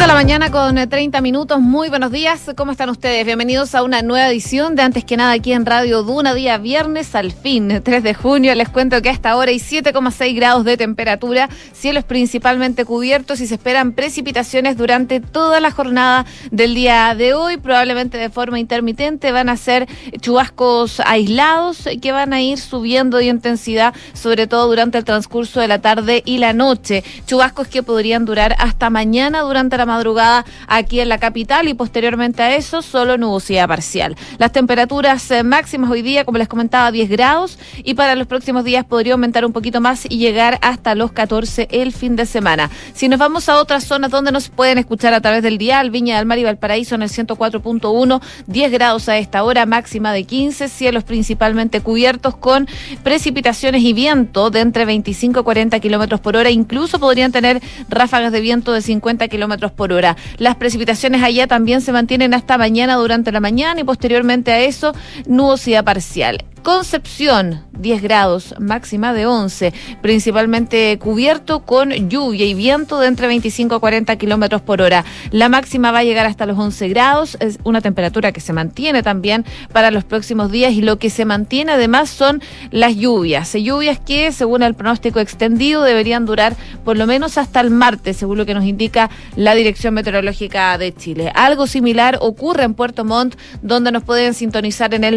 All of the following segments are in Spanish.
7:30 a.m. Muy buenos días, ¿cómo están ustedes? Bienvenidos a una nueva edición de Antes que Nada aquí en Radio Duna, día viernes, al fin, 3 de junio. Les cuento que hasta ahora hay 7,6 grados de temperatura, cielos principalmente cubiertos y se esperan precipitaciones durante toda la jornada del día de hoy, probablemente de forma intermitente. Van a ser chubascos aislados que van a ir subiendo de intensidad, sobre todo durante el transcurso de la tarde y la noche. Chubascos que podrían durar hasta mañana durante la madrugada aquí en la capital y posteriormente a eso solo nubosidad parcial. Las temperaturas máximas hoy día, como les comentaba, 10 grados y para los próximos días podría aumentar un poquito más y llegar hasta los 14 el fin de semana. Si nos vamos a otras zonas donde nos pueden escuchar a través del dial, Viña del Mar y Valparaíso en el 104.1, 10 grados a esta hora, máxima de 15, cielos principalmente cubiertos con precipitaciones y viento de entre 25 y 40 kilómetros por hora, incluso podrían tener ráfagas de viento de 50 kilómetros por hora. Las precipitaciones allá también se mantienen hasta mañana durante la mañana y posteriormente a eso nubosidad parcial. Concepción, 10 grados, máxima de 11, principalmente cubierto con lluvia y viento de entre 25 a 40 kilómetros por hora. La máxima va a llegar hasta los 11 grados, es una temperatura que se mantiene también para los próximos días y lo que se mantiene además son las lluvias que según el pronóstico extendido deberían durar por lo menos hasta el martes, según lo que nos indica la Dirección Meteorológica de Chile. Algo similar ocurre en Puerto Montt, donde nos pueden sintonizar en el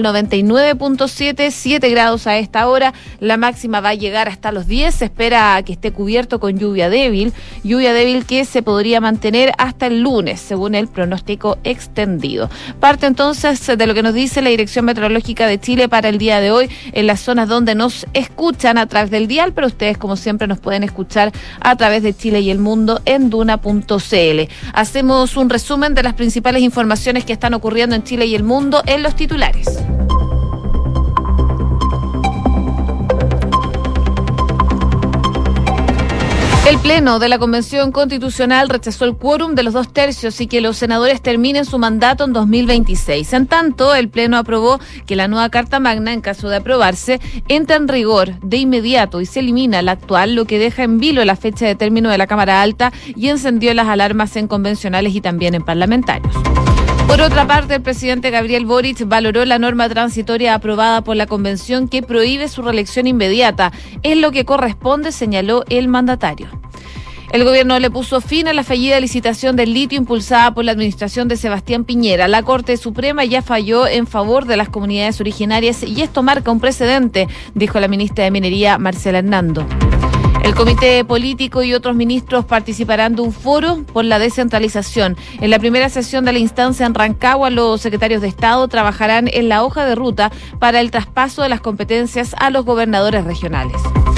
99.7, 7 grados a esta hora, la máxima va a llegar hasta los 10, se espera que esté cubierto con lluvia débil que se podría mantener hasta el lunes, según el pronóstico extendido. Parte entonces de lo que nos dice la Dirección Meteorológica de Chile para el día de hoy, en las zonas donde nos escuchan a través del dial, pero ustedes como siempre nos pueden escuchar a través de Chile y el mundo en duna.cl. Hacemos un resumen de las principales informaciones que están ocurriendo en Chile y el mundo en los titulares. El Pleno de la Convención Constitucional rechazó el quórum de los 2/3 y que los senadores terminen su mandato en 2026. En tanto, el Pleno aprobó que la nueva Carta Magna, en caso de aprobarse, entra en rigor de inmediato y se elimina la actual, lo que deja en vilo la fecha de término de la Cámara Alta y encendió las alarmas en convencionales y también en parlamentarios. Por otra parte, el presidente Gabriel Boric valoró la norma transitoria aprobada por la Convención que prohíbe su reelección inmediata. Es lo que corresponde, señaló el mandatario. El gobierno le puso fin a la fallida licitación del litio impulsada por la administración de Sebastián Piñera. La Corte Suprema ya falló en favor de las comunidades originarias y esto marca un precedente, dijo la ministra de Minería, Marcela Hernando. El comité político y otros ministros participarán de un foro por la descentralización. En la primera sesión de la instancia en Rancagua, los secretarios de Estado trabajarán en la hoja de ruta para el traspaso de las competencias a los gobernadores regionales.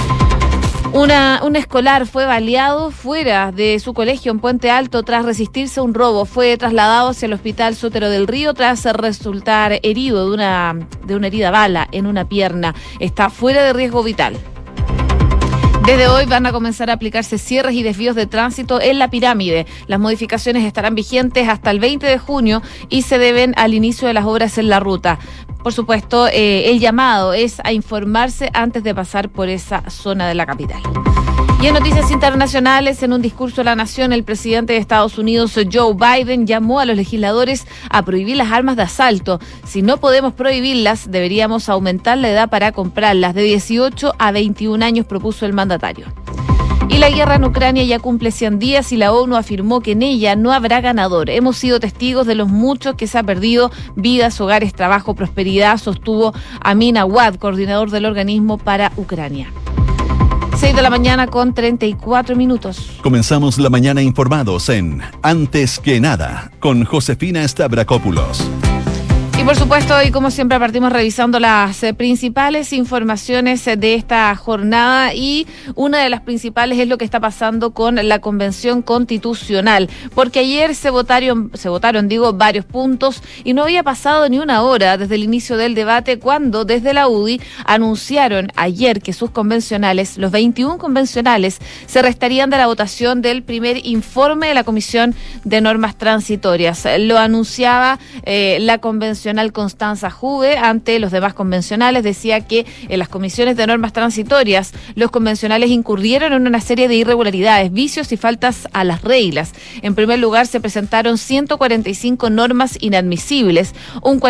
Un escolar fue baleado fuera de su colegio en Puente Alto tras resistirse a un robo. Fue trasladado hacia el hospital Sotero del Río tras resultar herido de una herida bala en una pierna. Está fuera de riesgo vital. Desde hoy van a comenzar a aplicarse cierres y desvíos de tránsito en la Pirámide. Las modificaciones estarán vigentes hasta el 20 de junio y se deben al inicio de las obras en la ruta. Por supuesto, el llamado es a informarse antes de pasar por esa zona de la capital. Y en noticias internacionales, en un discurso a la nación, el presidente de Estados Unidos, Joe Biden, llamó a los legisladores a prohibir las armas de asalto. Si no podemos prohibirlas, deberíamos aumentar la edad para comprarlas. De 18 a 21 años, propuso el mandatario. Y la guerra en Ucrania ya cumple 100 días y la ONU afirmó que en ella no habrá ganador. Hemos sido testigos de los muchos que se ha perdido, vidas, hogares, trabajo, prosperidad, sostuvo Amin Awad, coordinador del organismo para Ucrania. 6:34 a.m. Comenzamos la mañana informados en Antes que Nada, con Josefina Stavrakopoulos. Y por supuesto, y como siempre partimos revisando las principales informaciones de esta jornada y una de las principales es lo que está pasando con la Convención Constitucional, porque ayer se votaron varios puntos y no había pasado ni una hora desde el inicio del debate cuando desde la UDI anunciaron ayer que sus convencionales, los 21 convencionales, se restarían de la votación del primer informe de la Comisión de Normas Transitorias. Lo anunciaba la convencional constitucional Constanza Juve ante los demás convencionales decía que en las comisiones de normas transitorias los convencionales incurrieron en una serie de irregularidades, vicios y faltas a las reglas. En primer lugar, se presentaron 145 normas inadmisibles, un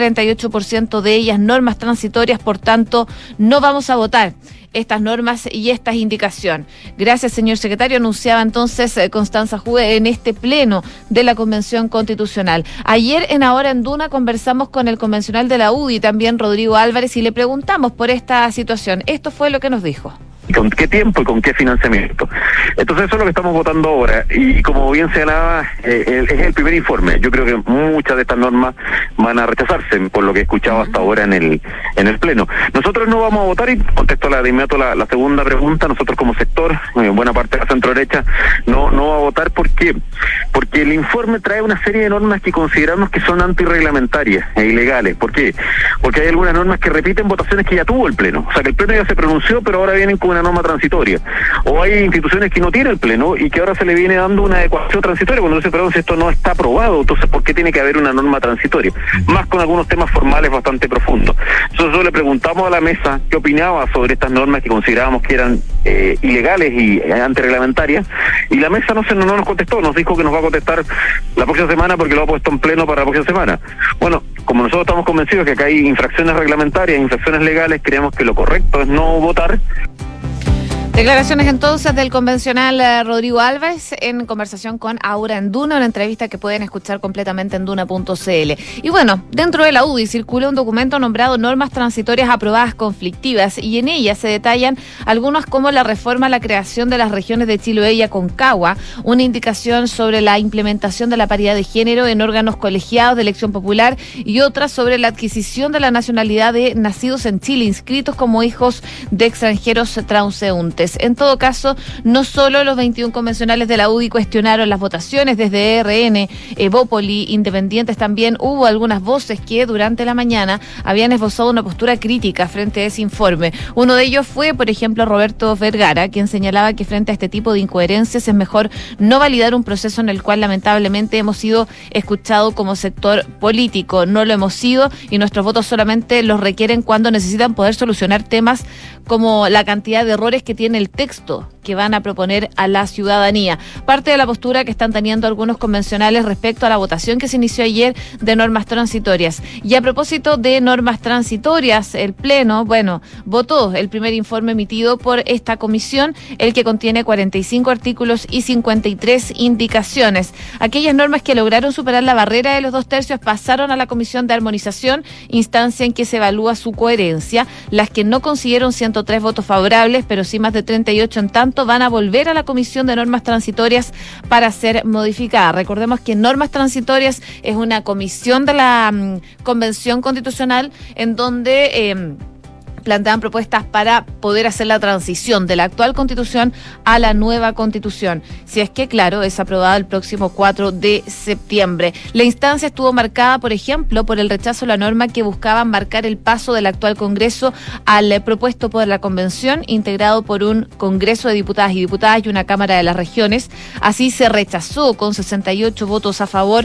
48% de ellas normas transitorias, por tanto, no vamos a votar estas normas y esta indicación. Gracias, señor secretario, anunciaba entonces Constanza Juve en este pleno de la Convención Constitucional. Ayer en Ahora en Duna conversamos con el convencional de la UDI, también Rodrigo Álvarez, y le preguntamos por esta situación. Esto fue lo que nos dijo. ¿Con qué tiempo y con qué financiamiento? Entonces eso es lo que estamos votando ahora, y como bien señalaba, es el primer informe. Yo creo que muchas de estas normas van a rechazarse, por lo que he escuchado hasta ahora en el pleno. Nosotros no vamos a votar, y contesto de inmediato la segunda pregunta. Nosotros como sector, buena parte de la centro derecha, no va a votar. ¿Por qué? Porque el informe trae una serie de normas que consideramos que son antirreglamentarias e ilegales. ¿Por qué? Porque hay algunas normas que repiten votaciones que ya tuvo el pleno. O sea, que el pleno ya se pronunció, pero ahora vienen con una norma transitoria. O hay instituciones que no tienen el pleno y que ahora se le viene dando una adecuación transitoria cuando dice, perdón, si esto no está aprobado, entonces ¿por qué tiene que haber una norma transitoria? Más con algunos temas formales bastante profundos. Nosotros le preguntamos a la mesa qué opinaba sobre estas normas que considerábamos que eran ilegales y antirreglamentarias, y la mesa no nos contestó, nos dijo que nos va a contestar la próxima semana porque lo ha puesto en pleno para la próxima semana. Bueno, como nosotros estamos convencidos que acá hay infracciones reglamentarias, infracciones legales, creemos que lo correcto es no votar. Declaraciones entonces del convencional Rodrigo Álvarez en conversación con Ahora en Duna, una entrevista que pueden escuchar completamente en duna.cl. Y bueno, dentro de la UDI circula un documento nombrado Normas Transitorias Aprobadas Conflictivas, y en ella se detallan algunas como la reforma a la creación de las regiones de Chiloé y Aconcagua, una indicación sobre la implementación de la paridad de género en órganos colegiados de elección popular, y otra sobre la adquisición de la nacionalidad de nacidos en Chile inscritos como hijos de extranjeros transeúntes. En todo caso, no solo los 21 convencionales de la UDI cuestionaron las votaciones, desde RN, Evópoli, Independientes, también hubo algunas voces que durante la mañana habían esbozado una postura crítica frente a ese informe. Uno de ellos fue, por ejemplo, Roberto Vergara, quien señalaba que frente a este tipo de incoherencias es mejor no validar un proceso en el cual lamentablemente hemos sido escuchados como sector político. No lo hemos sido, y nuestros votos solamente los requieren cuando necesitan poder solucionar temas como la cantidad de errores que tiene el texto que van a proponer a la ciudadanía. Parte de la postura que están teniendo algunos convencionales respecto a la votación que se inició ayer de normas transitorias. Y a propósito de normas transitorias, el Pleno, votó el primer informe emitido por esta comisión, el que contiene 45 artículos y 53 indicaciones. Aquellas normas que lograron superar la barrera de los 2/3 pasaron a la Comisión de Armonización, instancia en que se evalúa su coherencia. Las que no consiguieron 103 votos favorables, pero sí más de 38 en tanto, van a volver a la Comisión de Normas Transitorias para ser modificada. Recordemos que Normas Transitorias es una comisión de la Convención Constitucional en donde plantean propuestas para poder hacer la transición de la actual Constitución a la nueva Constitución, si es que, claro, es aprobada el próximo 4 de septiembre. La instancia estuvo marcada, por ejemplo, por el rechazo a la norma que buscaba marcar el paso del actual Congreso al propuesto por la Convención, integrado por un Congreso de Diputadas y Diputadas y una Cámara de las Regiones. Así se rechazó con 68 votos a favor,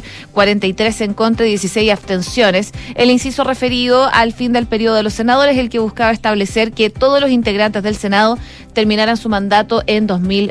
43 en contra y 16 abstenciones. El inciso referido al fin del periodo de los senadores, el que buscaba establecer que todos los integrantes del Senado terminaran su mandato en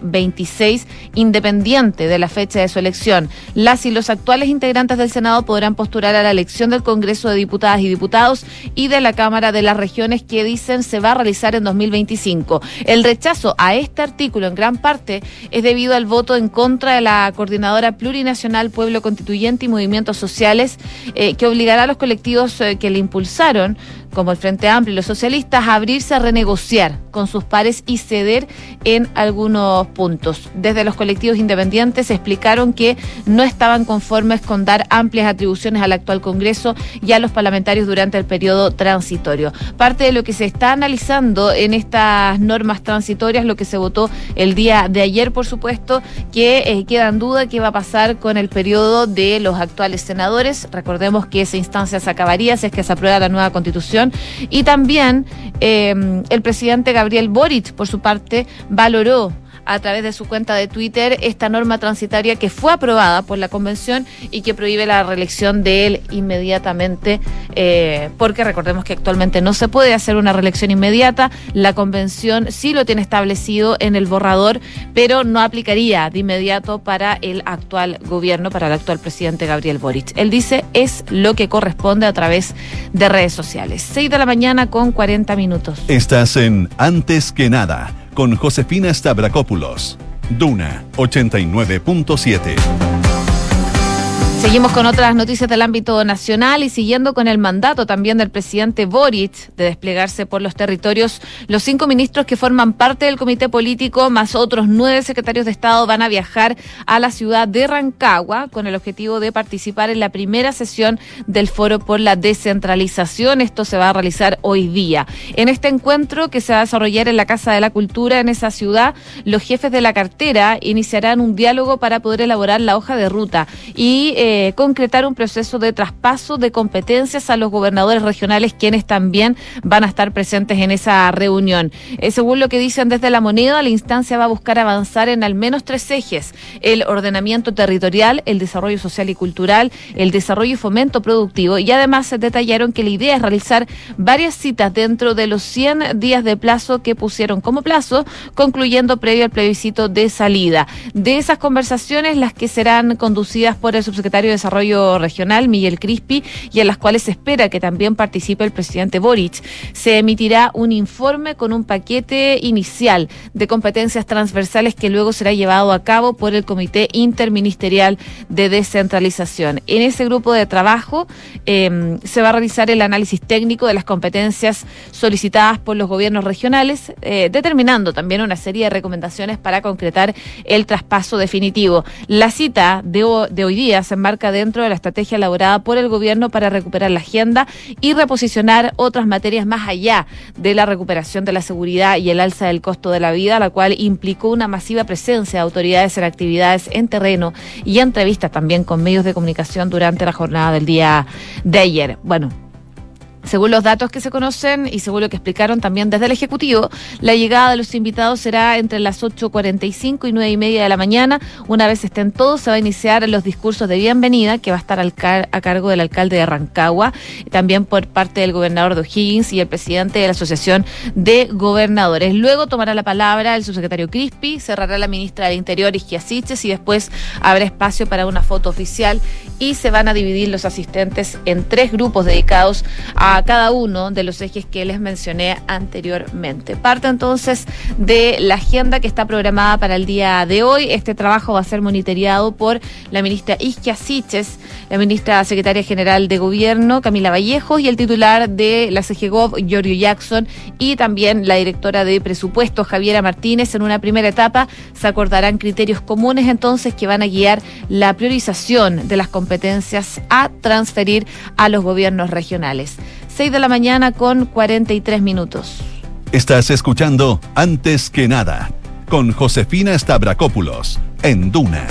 2026, independiente de la fecha de su elección. Las y los actuales integrantes del Senado podrán postular a la elección del Congreso de Diputadas y Diputados y de la Cámara de las Regiones, que dicen se va a realizar en 2025. El rechazo a este artículo en gran parte es debido al voto en contra de la Coordinadora Plurinacional Pueblo Constituyente y Movimientos Sociales, que obligará a los colectivos que le impulsaron, como el Frente Amplio y los socialistas, a abrirse a renegociar con sus pares y ceder en algunos puntos. Desde los colectivos independientes explicaron que no estaban conformes con dar amplias atribuciones al actual Congreso y a los parlamentarios durante el periodo transitorio. Parte de lo que se está analizando en estas normas transitorias, lo que se votó el día de ayer, por supuesto, que queda en duda qué va a pasar con el periodo de los actuales senadores. Recordemos que esa instancia se acabaría si es que se aprueba la nueva Constitución. Y también el presidente Gabriel Boric, por su parte, valoró a través de su cuenta de Twitter esta norma transitoria que fue aprobada por la convención y que prohíbe la reelección de él inmediatamente, porque recordemos que actualmente no se puede hacer una reelección inmediata. La convención sí lo tiene establecido en el borrador, pero no aplicaría de inmediato para el actual gobierno, para el actual presidente Gabriel Boric. Él dice, es lo que corresponde a través de redes sociales. 6 de la mañana con 40 minutos. Estás en Antes que Nada, con Josefina Stavrakopoulos. Duna 89.7. Seguimos con otras noticias del ámbito nacional y siguiendo con el mandato también del presidente Boric de desplegarse por los territorios. Los 5 ministros que forman parte del comité político, más otros 9 secretarios de Estado, van a viajar a la ciudad de Rancagua con el objetivo de participar en la primera sesión del Foro por la Descentralización. Esto se va a realizar hoy día. En este encuentro, que se va a desarrollar en la Casa de la Cultura en esa ciudad, los jefes de la cartera iniciarán un diálogo para poder elaborar la hoja de ruta y concretar un proceso de traspaso de competencias a los gobernadores regionales, quienes también van a estar presentes en esa reunión. Según lo que dicen desde La Moneda, la instancia va a buscar avanzar en al menos 3 ejes: el ordenamiento territorial, el desarrollo social y cultural, el desarrollo y fomento productivo, y además se detallaron que la idea es realizar varias citas dentro de los 100 días de plazo que pusieron como plazo, concluyendo previo al plebiscito de salida. De esas conversaciones, las que serán conducidas por el subsecretario de Desarrollo Regional, Miguel Crispi, y en las cuales se espera que también participe el presidente Boric, se emitirá un informe con un paquete inicial de competencias transversales que luego será llevado a cabo por el Comité Interministerial de Descentralización. En ese grupo de trabajo se va a realizar el análisis técnico de las competencias solicitadas por los gobiernos regionales, determinando también una serie de recomendaciones para concretar el traspaso definitivo. La cita de hoy día se enmarca dentro de la estrategia elaborada por el gobierno para recuperar la agenda y reposicionar otras materias más allá de la recuperación de la seguridad y el alza del costo de la vida, la cual implicó una masiva presencia de autoridades en actividades en terreno y entrevistas también con medios de comunicación durante la jornada del día de ayer. Bueno, según los datos que se conocen y según lo que explicaron también desde el Ejecutivo, la llegada de los invitados será entre las 8:45 y 9:30 de la mañana. Una vez estén todos, se va a iniciar los discursos de bienvenida, que va a estar a cargo del alcalde de Rancagua, también por parte del gobernador de O'Higgins y el presidente de la Asociación de Gobernadores. Luego tomará la palabra el subsecretario Crispi, cerrará la ministra del Interior, Isquia Siches, y después habrá espacio para una foto oficial y se van a dividir los asistentes en 3 grupos dedicados a cada uno de los ejes que les mencioné anteriormente. Parte entonces de la agenda que está programada para el día de hoy. Este trabajo va a ser monitoreado por la ministra Isquia Siches, la ministra secretaria general de Gobierno, Camila Vallejos, y el titular de la CGGOV, Giorgio Jackson, y también la directora de Presupuestos, Javiera Martínez. En una primera etapa se acordarán criterios comunes entonces que van a guiar la priorización de las competencias a transferir a los gobiernos regionales. 6 de la mañana con 43 minutos. Estás escuchando Antes que Nada, con Josefina Stavrakopoulos, en Duna.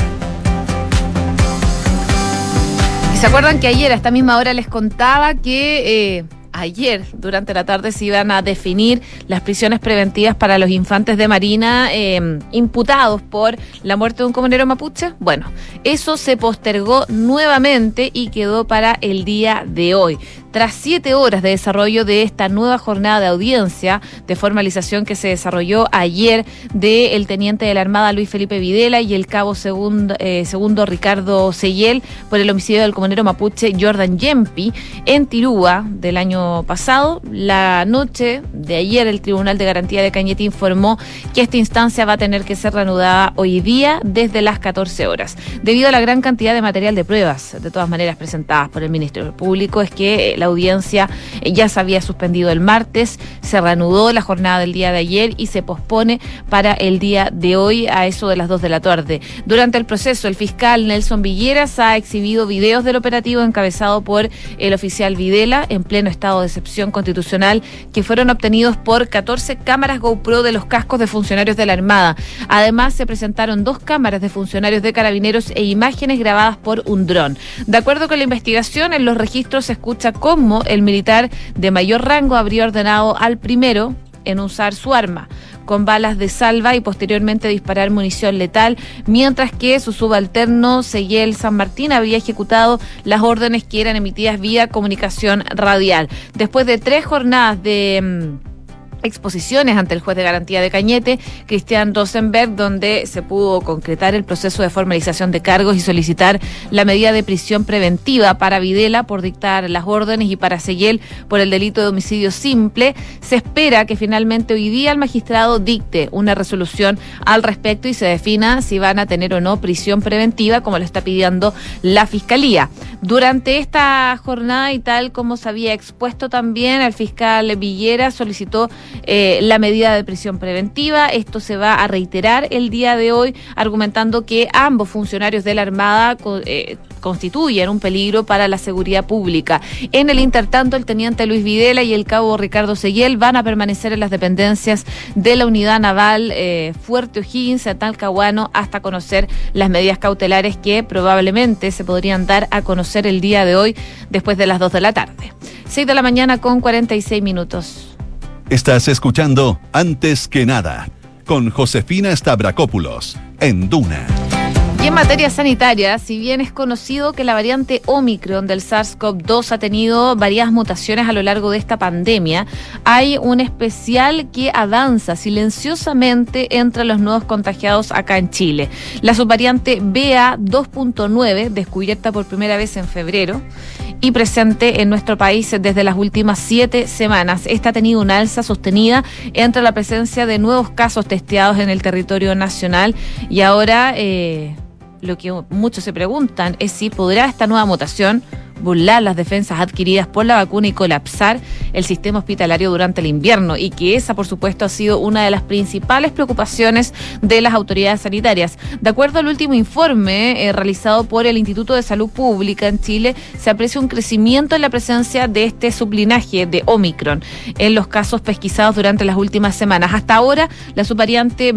¿Y se acuerdan que ayer a esta misma hora les contaba que ayer durante la tarde se iban a definir las prisiones preventivas para los infantes de Marina imputados por la muerte de un comunero mapuche? Bueno, eso se postergó nuevamente y quedó para el día de hoy. Tras 7 horas de desarrollo de esta nueva jornada de audiencia de formalización que se desarrolló ayer del teniente de la Armada Luis Felipe Videla y el cabo segundo Ricardo Seyel por el homicidio del comunero mapuche Jordan Yempi en Tirúa del año pasado, la noche de ayer el Tribunal de Garantía de Cañete informó que esta instancia va a tener que ser reanudada hoy día desde las 14 horas. Debido a la gran cantidad de material de pruebas, de todas maneras presentadas por el Ministerio Público, es que la audiencia ya se había suspendido el martes, se reanudó la jornada del día de ayer y se pospone para el día de hoy a eso de las 2 de la tarde. Durante el proceso, el fiscal Nelson Villeras ha exhibido videos del operativo encabezado por el oficial Videla en pleno estado de excepción constitucional que fueron obtenidos por 14 cámaras GoPro de los cascos de funcionarios de la Armada. Además, se presentaron 2 cámaras de funcionarios de Carabineros e imágenes grabadas por un dron. De acuerdo con la investigación, en los registros se escucha cómo el militar de mayor rango habría ordenado al primero en usar su arma con balas de salva y posteriormente disparar munición letal, mientras que su subalterno Seguel San Martín había ejecutado las órdenes que eran emitidas vía comunicación radial. Después de 3 jornadas de exposiciones ante el juez de garantía de Cañete, Cristian Rosenberg, donde se pudo concretar el proceso de formalización de cargos y solicitar la medida de prisión preventiva para Videla por dictar las órdenes y para Seguel por el delito de homicidio simple. Se espera que finalmente hoy día el magistrado dicte una resolución al respecto y se defina si van a tener o no prisión preventiva, como lo está pidiendo la Fiscalía. Durante esta jornada, y tal como se había expuesto también, el fiscal Villera solicitó la medida de prisión preventiva. Esto se va a reiterar el día de hoy, argumentando que ambos funcionarios de la Armada constituyen un peligro para la seguridad pública. En el intertanto, el teniente Luis Videla y el cabo Ricardo Seguel van a permanecer en las dependencias de la unidad naval Fuerte O'Higgins, en Talcahuano, hasta conocer las medidas cautelares que probablemente se podrían dar a conocer el día de hoy después de las 2 de la tarde. 6 de la mañana con 46 minutos. Estás escuchando Antes que Nada, con Josefina Stavrakopoulos, en Duna. Y en materia sanitaria, si bien es conocido que la variante Omicron del SARS-CoV-2 ha tenido varias mutaciones a lo largo de esta pandemia, hay un especial que avanza silenciosamente entre los nuevos contagiados acá en Chile. La subvariante BA.2.9, descubierta por primera vez en febrero y presente en nuestro país desde las últimas 7 semanas. Esta ha tenido una alza sostenida entre la presencia de nuevos casos testeados en el territorio nacional y ahora lo que muchos se preguntan es si podrá esta nueva mutación burlar las defensas adquiridas por la vacuna y colapsar el sistema hospitalario durante el invierno, y que esa, por supuesto, ha sido una de las principales preocupaciones de las autoridades sanitarias. De acuerdo al último informe realizado por el Instituto de Salud Pública en Chile, se aprecia un crecimiento en la presencia de este sublinaje de Omicron en los casos pesquisados durante las últimas semanas. Hasta ahora, la subvariante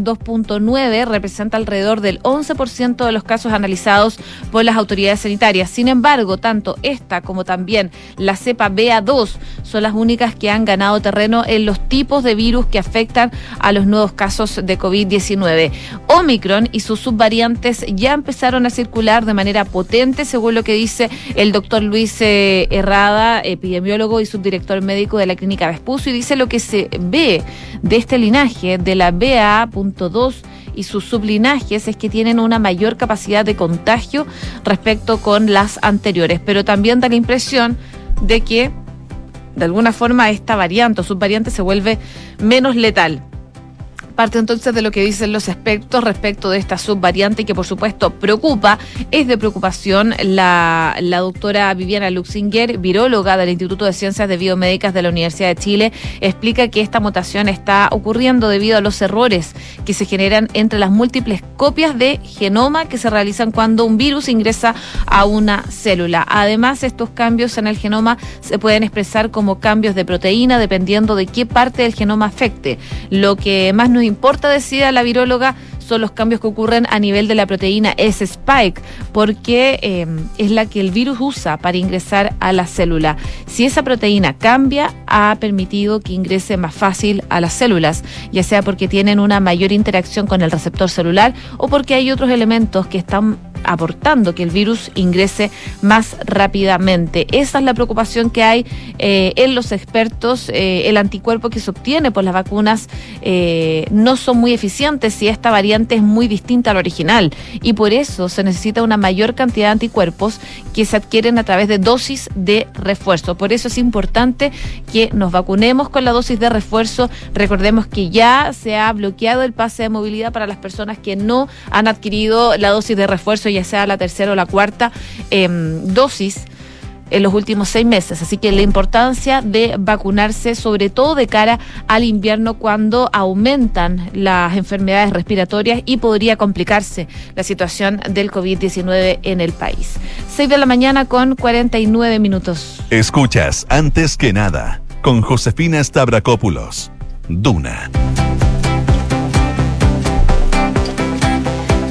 BA.2.9 representa alrededor del 11% de los casos analizados por las autoridades sanitarias. Sin embargo, tanto esta como también la cepa BA2 son las únicas que han ganado terreno en los tipos de virus que afectan a los nuevos casos de COVID-19. Omicron y sus subvariantes ya empezaron a circular de manera potente, según lo que dice el doctor Luis Herrada, epidemiólogo y subdirector médico de la Clínica Vespucio, y dice lo que se ve de este linaje de la BA.2 y sus sublinajes es que tienen una mayor capacidad de contagio respecto con las anteriores, pero también da la impresión de que de alguna forma esta variante o subvariante se vuelve menos letal. Parte entonces de lo que dicen los expertos respecto de esta subvariante, que por supuesto preocupa. Es de preocupación la doctora Viviana Luxinger, viróloga del Instituto de Ciencias de Biomédicas de la Universidad de Chile, explica que esta mutación está ocurriendo debido a los errores que se generan entre las múltiples copias de genoma que se realizan cuando un virus ingresa a una célula. Además, estos cambios en el genoma se pueden expresar como cambios de proteína dependiendo de qué parte del genoma afecte. Lo que más nos importa, decía la viróloga, son los cambios que ocurren a nivel de la proteína S-Spike, porque es la que el virus usa para ingresar a la célula. Si esa proteína cambia, ha permitido que ingrese más fácil a las células, ya sea porque tienen una mayor interacción con el receptor celular o porque hay otros elementos que están aportando que el virus ingrese más rápidamente. Esa es la preocupación que hay en los expertos. El anticuerpo que se obtiene por las vacunas no son muy eficientes si esta variante es muy distinta a la original, y por eso se necesita una mayor cantidad de anticuerpos que se adquieren a través de dosis de refuerzo. Por eso es importante que nos vacunemos con la dosis de refuerzo. Recordemos que ya se ha bloqueado el pase de movilidad para las personas que no han adquirido la dosis de refuerzo, ya sea la tercera o la cuarta dosis en los últimos 6 meses. Así que la importancia de vacunarse, sobre todo de cara al invierno, cuando aumentan las enfermedades respiratorias y podría complicarse la situación del COVID-19 en el país. 6 de la mañana con 49 minutos. Escuchas Antes que Nada, con Josefina Stavrakopoulos, Duna.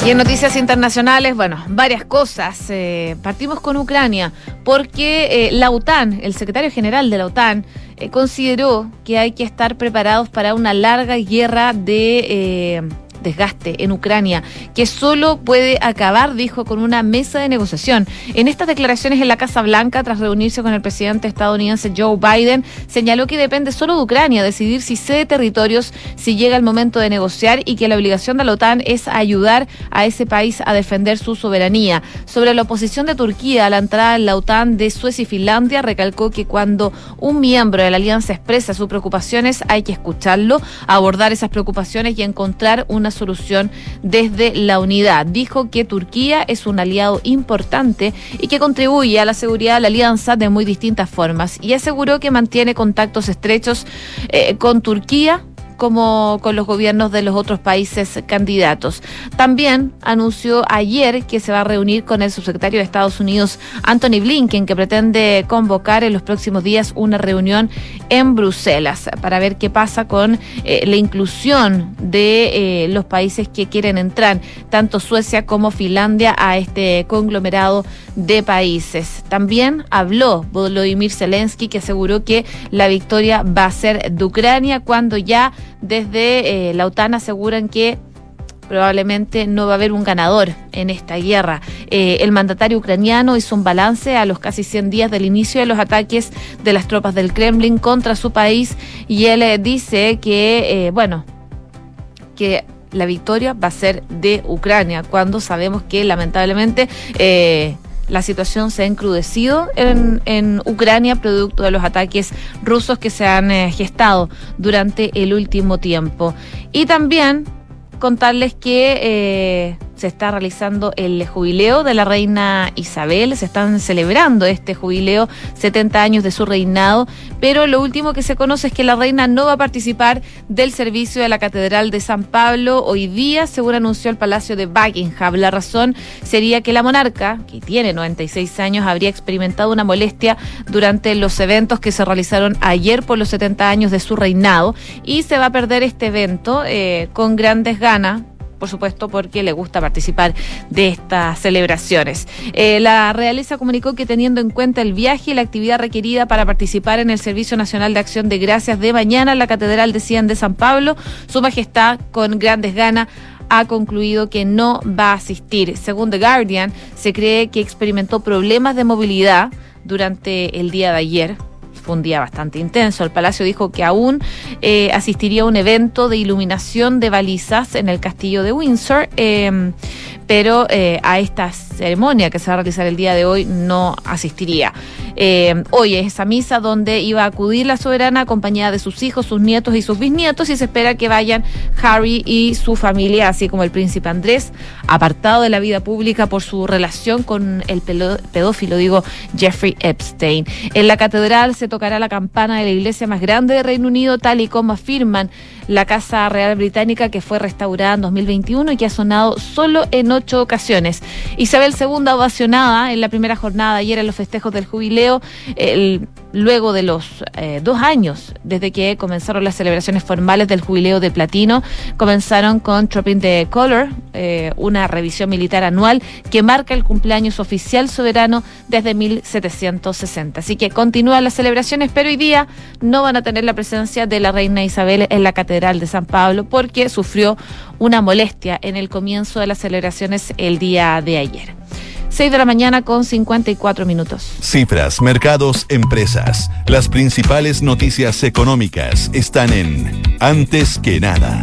Y en noticias internacionales, bueno, varias cosas. Partimos con Ucrania, porque la OTAN, el secretario general de la OTAN, consideró que hay que estar preparados para una larga guerra de desgaste en Ucrania, que solo puede acabar, dijo, con una mesa de negociación. En estas declaraciones en la Casa Blanca, tras reunirse con el presidente estadounidense Joe Biden, señaló que depende solo de Ucrania decidir si cede territorios, si llega el momento de negociar, y que la obligación de la OTAN es ayudar a ese país a defender su soberanía. Sobre la oposición de Turquía a la entrada en la OTAN de Suecia y Finlandia, recalcó que cuando un miembro de la alianza expresa sus preocupaciones, hay que escucharlo, abordar esas preocupaciones y encontrar una solución desde la unidad. Dijo que Turquía es un aliado importante y que contribuye a la seguridad de la alianza de muy distintas formas, y aseguró que mantiene contactos estrechos con Turquía como con los gobiernos de los otros países candidatos. También anunció ayer que se va a reunir con el subsecretario de Estados Unidos, Antony Blinken, que pretende convocar en los próximos días una reunión en Bruselas para ver qué pasa con la inclusión de los países que quieren entrar, tanto Suecia como Finlandia, a este conglomerado de países. También habló Volodymyr Zelensky, que aseguró que la victoria va a ser de Ucrania, cuando ya desde la OTAN aseguran que probablemente no va a haber un ganador en esta guerra. El mandatario ucraniano hizo un balance a los casi 100 días del inicio de los ataques de las tropas del Kremlin contra su país, y él dice que, que la victoria va a ser de Ucrania, cuando sabemos que lamentablemente la situación se ha encrudecido en Ucrania producto de los ataques rusos que se han gestado durante el último tiempo. Y también contarles que se está realizando el jubileo de la reina Isabel. Se están celebrando este jubileo, 70 años de su reinado, pero lo último que se conoce es que la reina no va a participar del servicio de la Catedral de San Pablo hoy día, según anunció el Palacio de Buckingham. La razón sería que la monarca, que tiene 96 años, habría experimentado una molestia durante los eventos que se realizaron ayer por los 70 años de su reinado, y se va a perder este evento con grandes ganas, por supuesto, porque le gusta participar de estas celebraciones. La realeza comunicó que, teniendo en cuenta el viaje y la actividad requerida para participar en el Servicio Nacional de Acción de Gracias de mañana en la Catedral de San Pablo, Su Majestad, con grandes ganas, ha concluido que no va a asistir. Según The Guardian, se cree que experimentó problemas de movilidad durante el día de ayer. Fue un día bastante intenso. El Palacio dijo que aún asistiría a un evento de iluminación de balizas en el castillo de Windsor, pero a esta ceremonia que se va a realizar el día de hoy no asistiría. Hoy es esa misa donde iba a acudir la soberana acompañada de sus hijos, sus nietos y sus bisnietos, y se espera que vayan Harry y su familia, así como el príncipe Andrés, apartado de la vida pública por su relación con el pedófilo, Jeffrey Epstein. En la catedral se tocará la campana de la iglesia más grande de Reino Unido, tal y como afirman la Casa Real Británica, que fue restaurada en 2021 y que ha sonado solo en 8 ocasiones. Isabel II, ovacionada en la primera jornada de ayer en los festejos del jubileo, luego de los 2 años desde que comenzaron las celebraciones formales del jubileo de platino. Comenzaron con Trooping the Colour, una revisión militar anual que marca el cumpleaños oficial soberano desde 1760. Así que continúan las celebraciones, pero hoy día no van a tener la presencia de la reina Isabel en la Catedral de San Pablo, porque sufrió una molestia en el comienzo de las celebraciones el día de ayer. 6 de la mañana con 54 minutos. Cifras, mercados, empresas. Las principales noticias económicas están en Antes que Nada.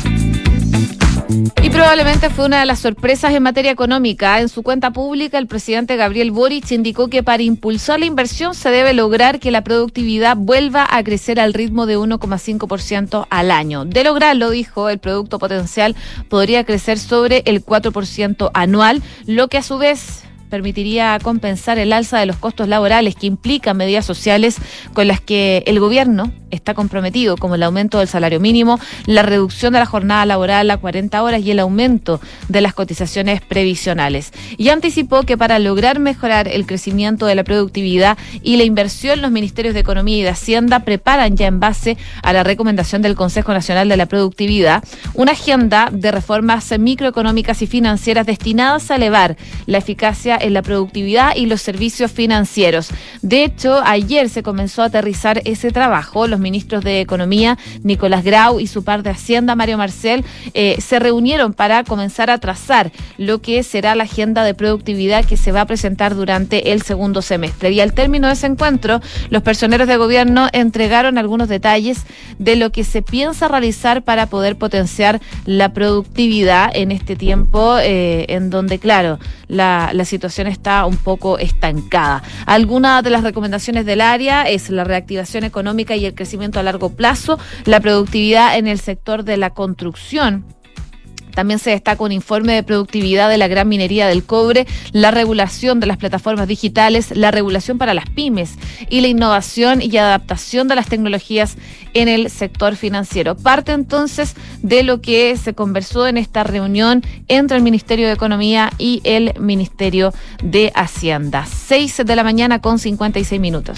Y probablemente fue una de las sorpresas en materia económica. En su cuenta pública, el presidente Gabriel Boric indicó que para impulsar la inversión se debe lograr que la productividad vuelva a crecer al ritmo de 1,5% al año. De lograrlo, dijo, el producto potencial podría crecer sobre el 4% anual, lo que a su vez permitiría compensar el alza de los costos laborales que implican medidas sociales con las que el gobierno está comprometido, como el aumento del salario mínimo, la reducción de la jornada laboral a 40 horas y el aumento de las cotizaciones previsionales. Y anticipó que para lograr mejorar el crecimiento de la productividad y la inversión, los ministerios de Economía y de Hacienda preparan ya en base a la recomendación del Consejo Nacional de la Productividad una agenda de reformas microeconómicas y financieras destinadas a elevar la eficacia en la productividad y los servicios financieros. De hecho, ayer se comenzó a aterrizar ese trabajo. Los ministros de Economía, Nicolás Grau, y su par de Hacienda, Mario Marcel, se reunieron para comenzar a trazar lo que será la agenda de productividad que se va a presentar durante el segundo semestre. Y al término de ese encuentro, los personeros de gobierno entregaron algunos detalles de lo que se piensa realizar para poder potenciar la productividad en este tiempo en donde, claro, la situación está un poco estancada. Algunas de las recomendaciones del área es la reactivación económica y el crecimiento a largo plazo, la productividad en el sector de la construcción. También se destaca un informe de productividad de la gran minería del cobre, la regulación de las plataformas digitales, la regulación para las pymes y la innovación y adaptación de las tecnologías en el sector financiero. Parte entonces de lo que se conversó en esta reunión entre el Ministerio de Economía y el Ministerio de Hacienda. 6:56 a.m.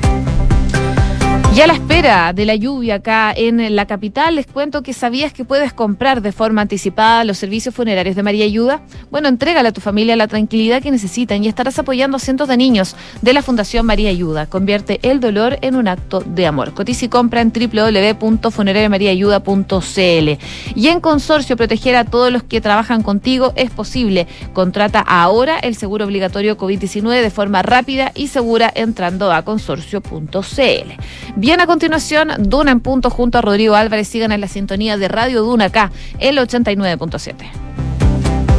Y a la espera de la lluvia acá en la capital, les cuento que ¿sabías que puedes comprar de forma anticipada los servicios funerarios de María Ayuda? Bueno, entrégale a tu familia la tranquilidad que necesitan y estarás apoyando a cientos de niños de la Fundación María Ayuda. Convierte el dolor en un acto de amor. Cotiza y compra en www.funerariamariaayuda.cl. Y en Consorcio, proteger a todos los que trabajan contigo es posible. Contrata ahora el seguro obligatorio COVID-19 de forma rápida y segura entrando a consorcio.cl. Bien, a continuación, Duna en punto junto a Rodrigo Álvarez. Sigan en la sintonía de Radio Duna acá, el 89.7.